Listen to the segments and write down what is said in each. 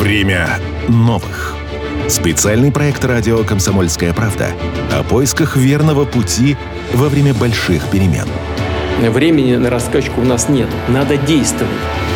Время новых. Специальный проект радио «Комсомольская правда» о поисках верного пути во время больших перемен. Времени на раскачку у нас нет. Надо действовать.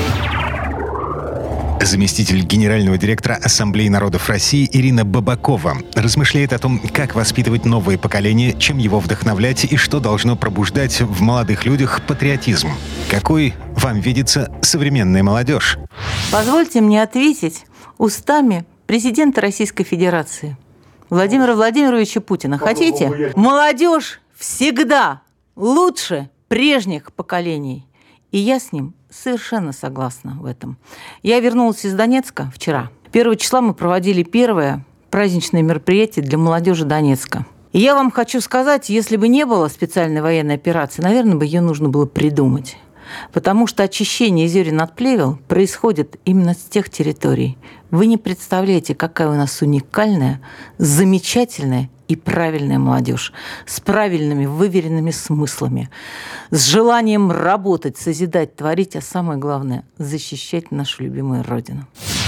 Заместитель генерального директора Ассамблеи народов России Ирина Бабакова размышляет о том, как воспитывать новое поколение, чем его вдохновлять и что должно пробуждать в молодых людях патриотизм. Какой вам видится современная молодежь? Позвольте мне ответить устами президента Российской Федерации Владимира Владимировича Путина. Хотите? Молодежь всегда лучше прежних поколений. И я с ним совершенно согласна в этом. Я вернулась из Донецка вчера. 1 числа мы проводили первое праздничное мероприятие для молодежи Донецка. И я вам хочу сказать, если бы не было специальной военной операции, наверное, бы ее нужно было придумать. Потому что очищение зерен от плевел происходит именно с тех территорий. Вы не представляете, какая у нас уникальная, замечательная и правильная молодежь, с правильными, выверенными смыслами, с желанием работать, созидать, творить, а самое главное – защищать нашу любимую Родину.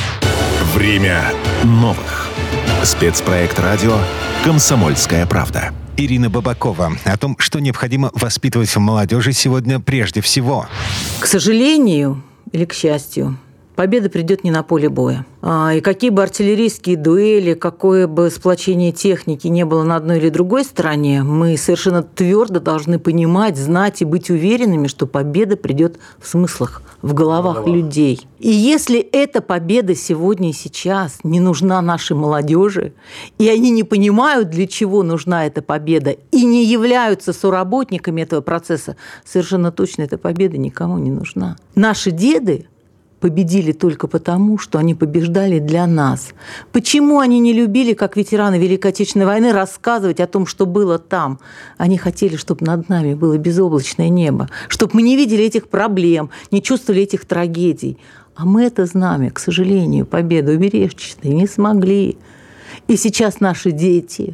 Время новых. Спецпроект радио «Комсомольская правда». Ирина Бабакова о том, что необходимо воспитывать в молодежи сегодня прежде всего. К сожалению или к счастью, победа придет не на поле боя. И какие бы артиллерийские дуэли, какое бы сплочение техники не было на одной или другой стороне, мы совершенно твердо должны понимать, знать и быть уверенными, что победа придет в смыслах, в головах людей. И если эта победа сегодня и сейчас не нужна нашей молодежи, и они не понимают, для чего нужна эта победа, и не являются соработниками этого процесса, совершенно точно эта победа никому не нужна. Наши деды победили только потому, что они побеждали для нас. Почему они не любили, как ветераны Великой Отечественной войны, рассказывать о том, что было там? Они хотели, чтобы над нами было безоблачное небо, чтобы мы не видели этих проблем, не чувствовали этих трагедий. А мы это знамя, к сожалению, победу уберечь не смогли. И сейчас наши дети,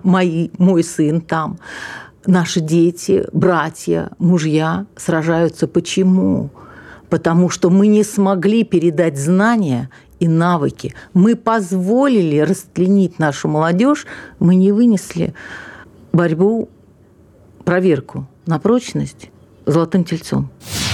мой сын там, наши дети, братья, мужья сражаются. Почему? Потому что мы не смогли передать знания и навыки. Мы позволили расчленить нашу молодежь, мы не вынесли борьбу, проверку на прочность золотым тельцом.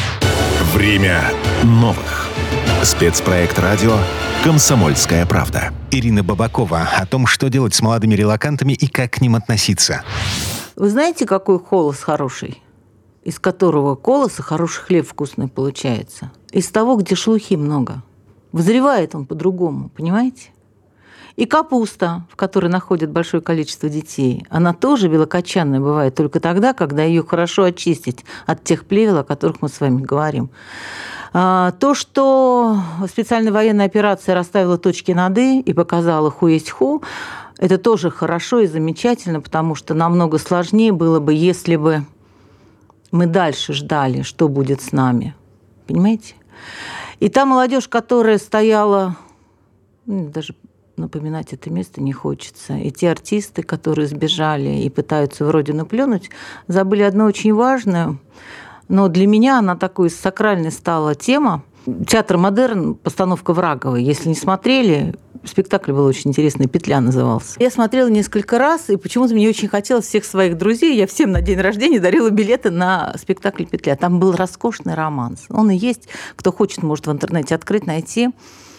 Время новых. Спецпроект радио «Комсомольская правда». Ирина Бабакова о том, что делать с молодыми релокантами и как к ним относиться. Вы знаете, какой холос хороший? Из которого колоса хороший хлеб вкусный получается. Из того, где шелухи много. Вызревает он по-другому, понимаете? И капуста, в которой находят большое количество детей, она тоже белокочанная бывает только тогда, когда ее хорошо очистить от тех плевел, о которых мы с вами говорим. То, что специальная военная операция расставила точки над «и» и показала ху есть ху, это тоже хорошо и замечательно, потому что намного сложнее было бы, если бы мы дальше ждали, что будет с нами. Понимаете? И та молодежь, которая стояла, даже напоминать это место не хочется, и те артисты, которые сбежали и пытаются в родину плюнуть, забыли одно очень важное, но для меня она такой сакральной стала тема. Театр «Модерн», постановка Враговой. Если не смотрели, спектакль был очень интересный, «Петля» назывался. Я смотрела несколько раз, и почему-то мне очень хотелось всех своих друзей. Я всем на день рождения дарила билеты на спектакль «Петля». Там был роскошный романс. Он и есть. Кто хочет, может в интернете открыть, найти.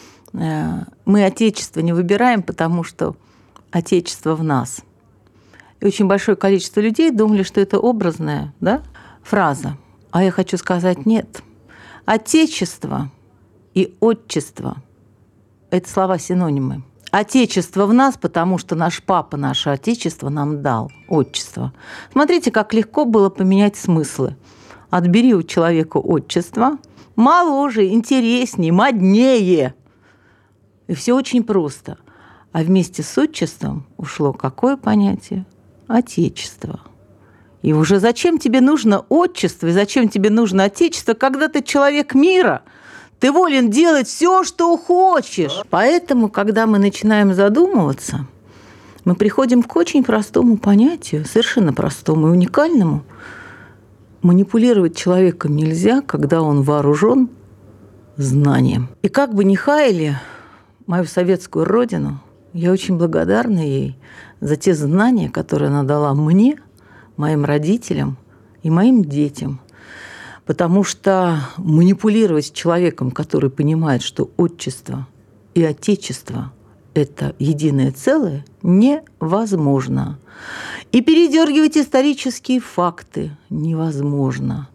Мы Отечество не выбираем, потому что Отечество в нас. И очень большое количество людей думали, что это образная, фраза. А я хочу сказать нет. Отечество и отчество – это слова-синонимы. Отечество в нас, потому что наш папа наше Отечество нам дал, отчество. Смотрите, как легко было поменять смыслы. Отбери у человека отчество, моложе, интереснее, моднее. И все очень просто. А вместе с отчеством ушло какое понятие? Отечество. И уже зачем тебе нужно отчество, и зачем тебе нужно отечество, когда ты человек мира? Ты волен делать все, что хочешь. Поэтому, когда мы начинаем задумываться, мы приходим к очень простому понятию, совершенно простому и уникальному. Манипулировать человеком нельзя, когда он вооружен знанием. И как бы ни хаяли мою советскую родину, я очень благодарна ей за те знания, которые она дала мне, моим родителям и моим детям. Потому что манипулировать человеком, который понимает, что отчество и отечество – это единое целое, невозможно. И передергивать исторические факты невозможно.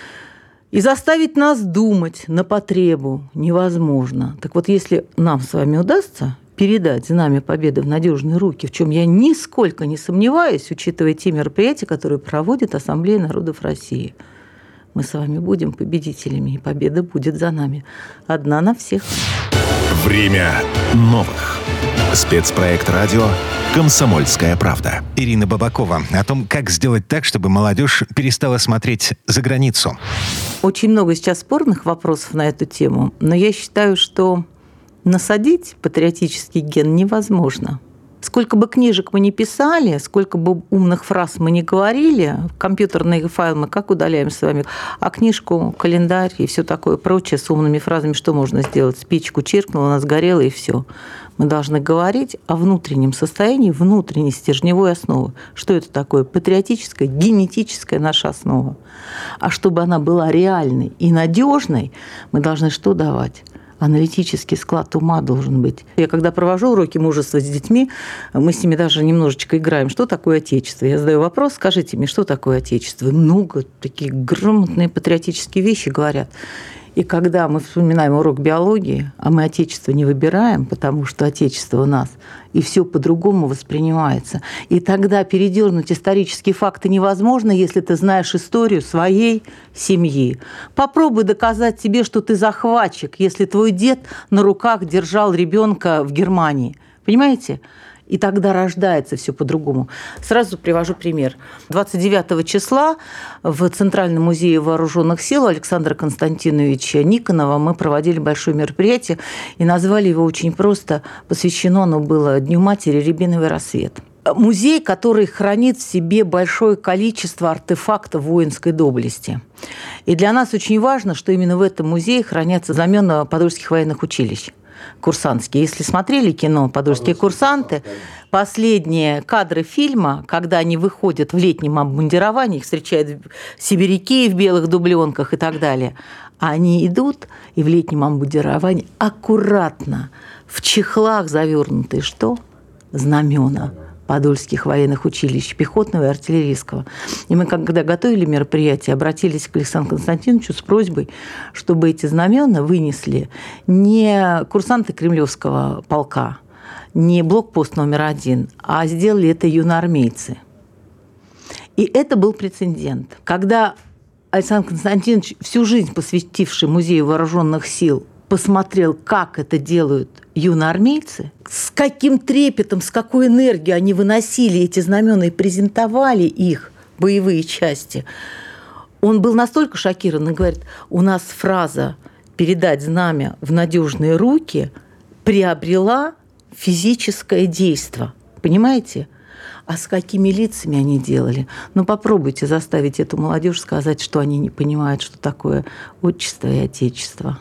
И заставить нас думать на потребу невозможно. Так вот, если нам с вами удастся передать Знамя Победы в надежные руки, в чем я нисколько не сомневаюсь, учитывая те мероприятия, которые проводит Ассамблея народов России, мы с вами будем победителями, и победа будет за нами. Одна на всех. Время новых. Спецпроект радио «Комсомольская правда». Ирина Бабакова о том, как сделать так, чтобы молодежь перестала смотреть за границу. Очень много сейчас спорных вопросов на эту тему, но я считаю, что насадить патриотический ген невозможно. Сколько бы книжек мы ни писали, сколько бы умных фраз мы ни говорили, компьютерные файлы мы как удаляем с вами, а книжку, календарь и все такое прочее с умными фразами что можно сделать? Спичку чиркнула, она сгорела и все. Мы должны говорить о внутреннем состоянии, внутренней стержневой основы. Что это такое? Патриотическая, генетическая наша основа. А чтобы она была реальной и надежной, мы должны что давать? Аналитический склад ума должен быть. Я когда провожу уроки мужества с детьми, мы с ними даже немножечко играем. Что такое отечество? Я задаю вопрос, скажите мне, что такое отечество? И много такие грамотные патриотические вещи говорят. И когда мы вспоминаем урок биологии, а мы отечество не выбираем, потому что отечество у нас, и все по-другому воспринимается. И тогда передернуть исторические факты невозможно, если ты знаешь историю своей семьи. Попробуй доказать себе, что ты захватчик, если твой дед на руках держал ребенка в Германии. Понимаете? И тогда рождается все по-другому. Сразу привожу пример. 29 числа в Центральном музее вооруженных сил Александра Константиновича Никонова мы проводили большое мероприятие и назвали его очень просто. Посвящено оно было Дню матери «Рябиновый рассвет». Музей, который хранит в себе большое количество артефактов воинской доблести. И для нас очень важно, что именно в этом музее хранятся знамена Подольских военных училищ. Курсантские. Если смотрели кино «Подольские курсанты», последние кадры фильма, когда они выходят в летнем обмундировании, их встречают сибиряки в белых дубленках и так далее, они идут и в летнем обмундировании аккуратно, в чехлах завернутые что? Знамена Подольских военных училищ, пехотного и артиллерийского. И мы, когда готовили мероприятие, обратились к Александру Константиновичу с просьбой, чтобы эти знамена вынесли не курсанты Кремлевского полка, не блокпост номер 1, а сделали это юноармейцы. И это был прецедент. Когда Александр Константинович, всю жизнь посвятивший Музею вооруженных сил, посмотрел, как это делают юноармейцы, с каким трепетом, с какой энергией они выносили эти знамена и презентовали их, боевые части. Он был настолько шокирован и говорит, у нас фраза «передать знамя в надежные руки» приобрела физическое действие. Понимаете? А с какими лицами они делали? Ну, попробуйте заставить эту молодежь сказать, что они не понимают, что такое отчество и отечество.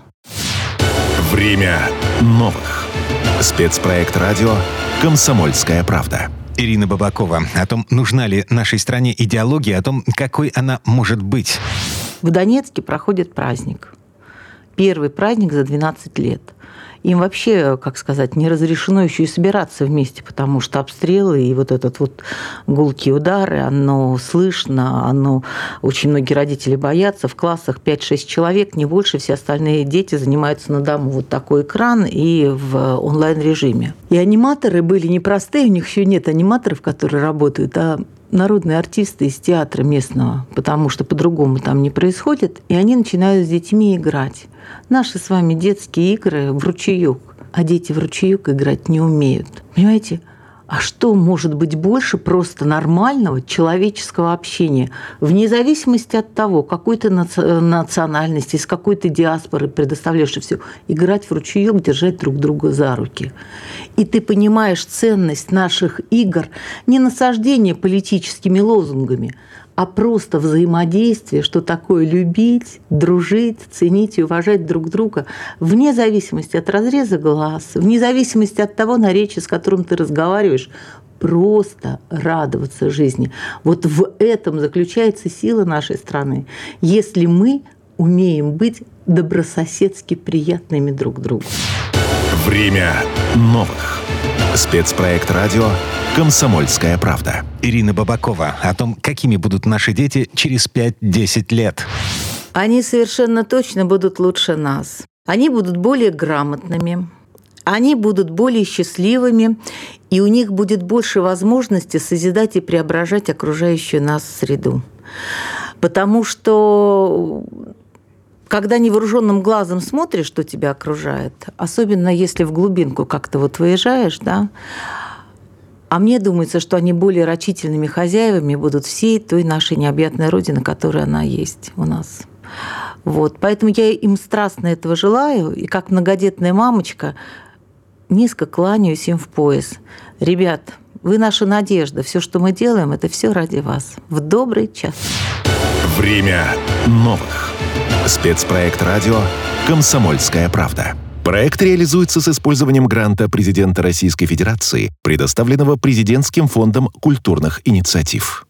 Время новых. Спецпроект радио «Комсомольская правда». Ирина Бабакова о том, нужна ли нашей стране идеология, о том, какой она может быть. В Донецке проходит праздник. Первый праздник за 12 лет. Им вообще, как сказать, не разрешено еще и собираться вместе, потому что обстрелы и вот этот вот гулкие удары, оно слышно, оно очень многие родители боятся. В классах 5-6 человек, не больше, все остальные дети занимаются на дому. Вот такой экран и в онлайн-режиме. И аниматоры были непростые, у них еще нет аниматоров, которые работают, а народные артисты из театра местного, потому что по-другому там не происходит, и они начинают с детьми играть. Наши с вами детские игры в ручеёк, а дети в ручеёк играть не умеют. Понимаете? А что может быть больше просто нормального человеческого общения, вне зависимости от того, какой ты национальности, из какой ты диаспоры предоставляешь, и все, играть в ручеёк, держать друг друга за руки. И ты понимаешь ценность наших игр не насаждение политическими лозунгами, а просто взаимодействие, что такое любить, дружить, ценить и уважать друг друга, вне зависимости от разреза глаз, вне зависимости от того наречия, с которым ты разговариваешь, просто радоваться жизни. Вот в этом заключается сила нашей страны. Если мы умеем быть добрососедски приятными друг другу. Время новых. Спецпроект радио «Комсомольская правда». Ирина Бабакова о том, какими будут наши дети через 5-10 лет. Они совершенно точно будут лучше нас. Они будут более грамотными, они будут более счастливыми, и у них будет больше возможности созидать и преображать окружающую нас среду. Потому что когда невооруженным глазом смотришь, что тебя окружает, особенно если в глубинку как-то вот выезжаешь, да, а мне думается, что они более рачительными хозяевами будут всей той нашей необъятной родины, которая она есть у нас. Вот. Поэтому я им страстно этого желаю, и как многодетная мамочка низко кланяюсь им в пояс. Ребят, вы наша надежда. Все, что мы делаем, это все ради вас. В добрый час. Время новых. Спецпроект радио «Комсомольская правда». Проект реализуется с использованием гранта президента Российской Федерации, предоставленного Президентским фондом культурных инициатив.